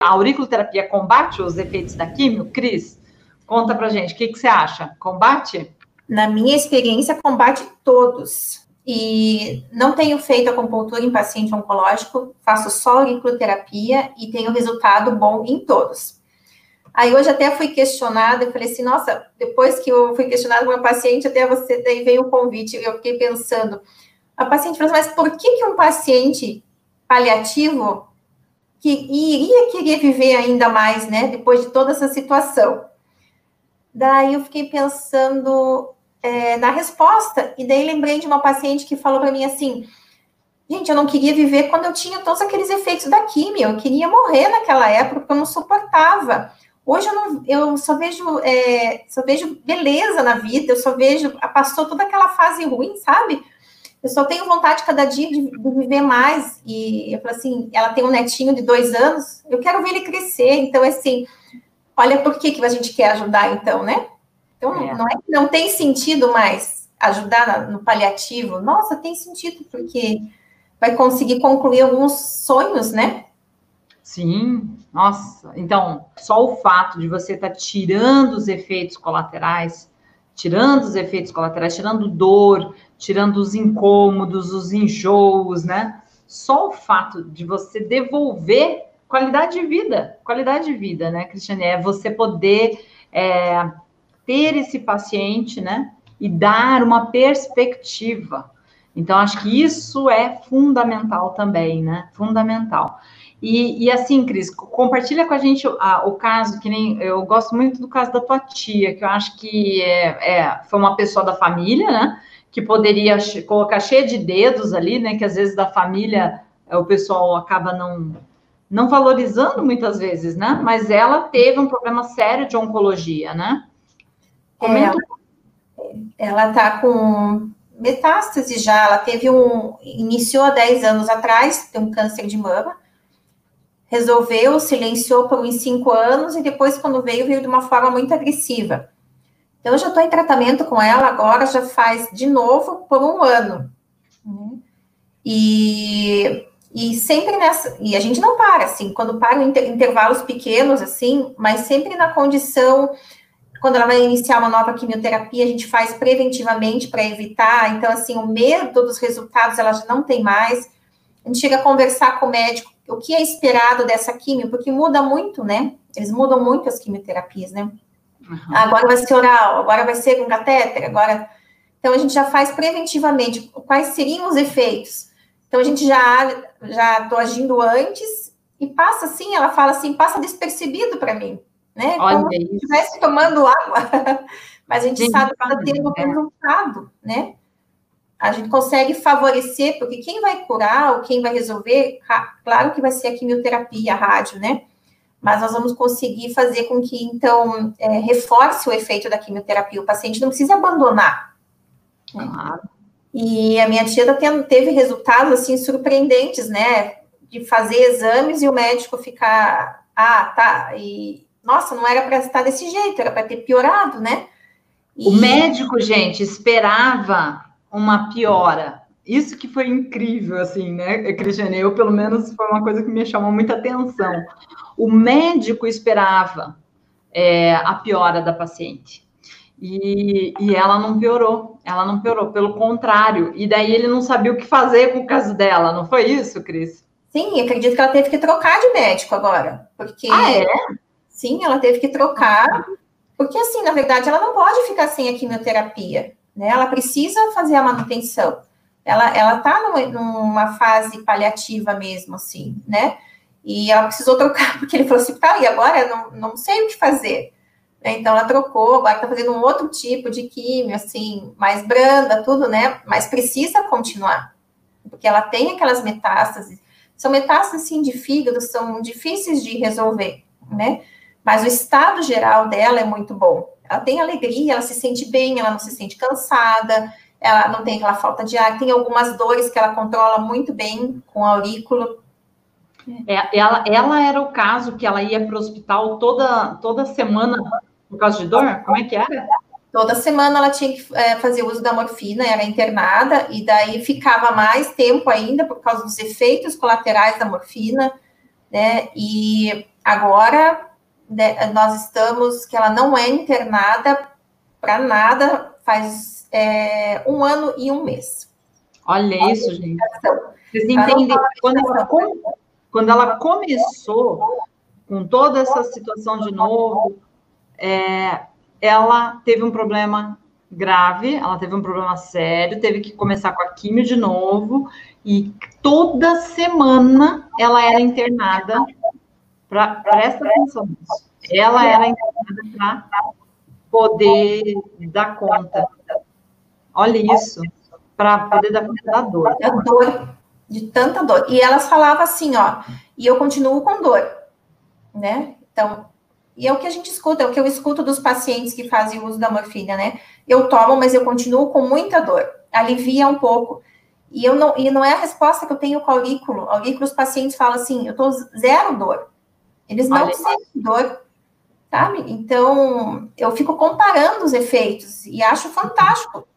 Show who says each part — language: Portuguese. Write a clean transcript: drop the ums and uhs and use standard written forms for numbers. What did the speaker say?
Speaker 1: A auriculoterapia combate os efeitos da quimio? Cris, conta pra gente, o que você acha? Combate?
Speaker 2: Na minha experiência, combate todos. E não tenho feito acupuntura em paciente oncológico, faço só auriculoterapia e tenho resultado bom em todos. Aí hoje até fui questionada, eu falei assim, nossa, depois que eu fui questionada por uma paciente, até você, daí veio um convite, eu fiquei pensando, a paciente falou assim, mas por que um paciente paliativo que iria querer viver ainda mais, né, depois de toda essa situação? Daí eu fiquei pensando na resposta, e daí lembrei de uma paciente que falou para mim assim, gente, eu não queria viver quando eu tinha todos aqueles efeitos da quimio, eu queria morrer naquela época, porque eu não suportava. Hoje eu só vejo beleza na vida, eu só vejo, passou toda aquela fase ruim, sabe? Eu só tenho vontade cada dia de viver mais. E eu falo assim, ela tem um netinho de 2 anos, eu quero ver ele crescer. Então, assim, olha por que a gente quer ajudar, então, né? Então, não tem sentido mais ajudar no paliativo. Nossa, tem sentido, porque vai conseguir concluir alguns sonhos, né?
Speaker 1: Sim, nossa. Então, só o fato de você estar tirando os efeitos colaterais, tirando dor, tirando os incômodos, os enjoos, né? Só o fato de você devolver qualidade de vida, né, Cristiane? É você poder ter esse paciente, né, e dar uma perspectiva. Então, acho que isso é fundamental também, né? Fundamental. E assim, Cris, compartilha com a gente o caso, que nem eu gosto muito do caso da tua tia, que eu acho que foi uma pessoa da família, né? Que poderia colocar cheia de dedos ali, né? Que às vezes da família o pessoal acaba não valorizando muitas vezes, né? Mas ela teve um problema sério de oncologia, né? Comenta.
Speaker 2: Ela tá com metástase já, ela iniciou há 10 anos atrás, tem um câncer de mama, resolveu, silenciou por uns 5 anos, e depois, quando veio de uma forma muito agressiva. Então, eu já estou em tratamento com ela agora, já faz de novo por 1 ano. E sempre nessa... E a gente não para, assim, quando para intervalos pequenos, assim, mas sempre na condição... Quando ela vai iniciar uma nova quimioterapia, a gente faz preventivamente para evitar. Então, assim, o medo dos resultados ela já não tem mais. A gente chega a conversar com o médico o que é esperado dessa quimio, porque muda muito, né? Eles mudam muito as quimioterapias, né? Uhum. Agora vai ser oral, agora vai ser com catéter, agora... Então, a gente já faz preventivamente quais seriam os efeitos. Então, a gente já tô agindo antes e passa assim, ela fala assim, passa despercebido para mim. Né? Como se estivesse tomando água, mas a gente sabe que está tendo resultado, né? A gente consegue favorecer, porque quem vai curar ou quem vai resolver, claro que vai ser a quimioterapia, a rádio, né? Mas nós vamos conseguir fazer com que, então, reforce o efeito da quimioterapia. O paciente não precisa abandonar. Né? E a minha tia teve resultados, assim, surpreendentes, né? De fazer exames e o médico ficar, nossa, não era para estar desse jeito, era para ter piorado, né?
Speaker 1: O médico, gente, esperava uma piora. Isso que foi incrível, assim, né, Cristiane? Eu, pelo menos, foi uma coisa que me chamou muita atenção. O médico esperava a piora da paciente. E ela não piorou, pelo contrário. E daí ele não sabia o que fazer com o caso dela, não foi isso, Cris?
Speaker 2: Sim, acredito que ela teve que trocar de médico agora. Porque... Sim, ela teve que trocar, porque assim, na verdade, ela não pode ficar sem a quimioterapia, né? Ela precisa fazer a manutenção. Ela tá numa fase paliativa mesmo, assim, né? E ela precisou trocar, porque ele falou assim, e agora eu não sei o que fazer. Então, ela trocou, agora tá fazendo um outro tipo de quimio, assim, mais branda, tudo, né? Mas precisa continuar, porque ela tem aquelas metástases. São metástases, assim, de fígado, são difíceis de resolver, né? Mas o estado geral dela é muito bom. Ela tem alegria, ela se sente bem, ela não se sente cansada, ela não tem aquela falta de ar, tem algumas dores que ela controla muito bem com aurículo.
Speaker 1: Ela era o caso que ela ia para o hospital toda semana por causa de dor? Como é que era?
Speaker 2: Toda semana ela tinha que fazer uso da morfina, era internada, e daí ficava mais tempo ainda por causa dos efeitos colaterais da morfina, né? E Agora, nós estamos, que ela não é internada para nada, faz 1 ano e 1 mês.
Speaker 1: Olha isso, gente. Vocês entendem? Quando ela começou com toda essa situação de novo, ela teve um problema grave, ela teve um problema sério, teve que começar com a quimio de novo, e toda semana ela era internada. Presta atenção nisso. Ela era internada para poder dar conta. Olha isso. Para poder dar conta da dor.
Speaker 2: Da dor, de tanta dor. E elas falavam assim, ó, e eu continuo com dor, né? Então, e é o que a gente escuta, é o que eu escuto dos pacientes que fazem uso da morfina, né? Eu tomo, mas eu continuo com muita dor. Alivia um pouco. E não é a resposta que eu tenho com o aurículo. Aurículo, os pacientes falam assim, eu tô 0 dor. Eles não sentem dor, sabe? Então, eu fico comparando os efeitos e acho fantástico.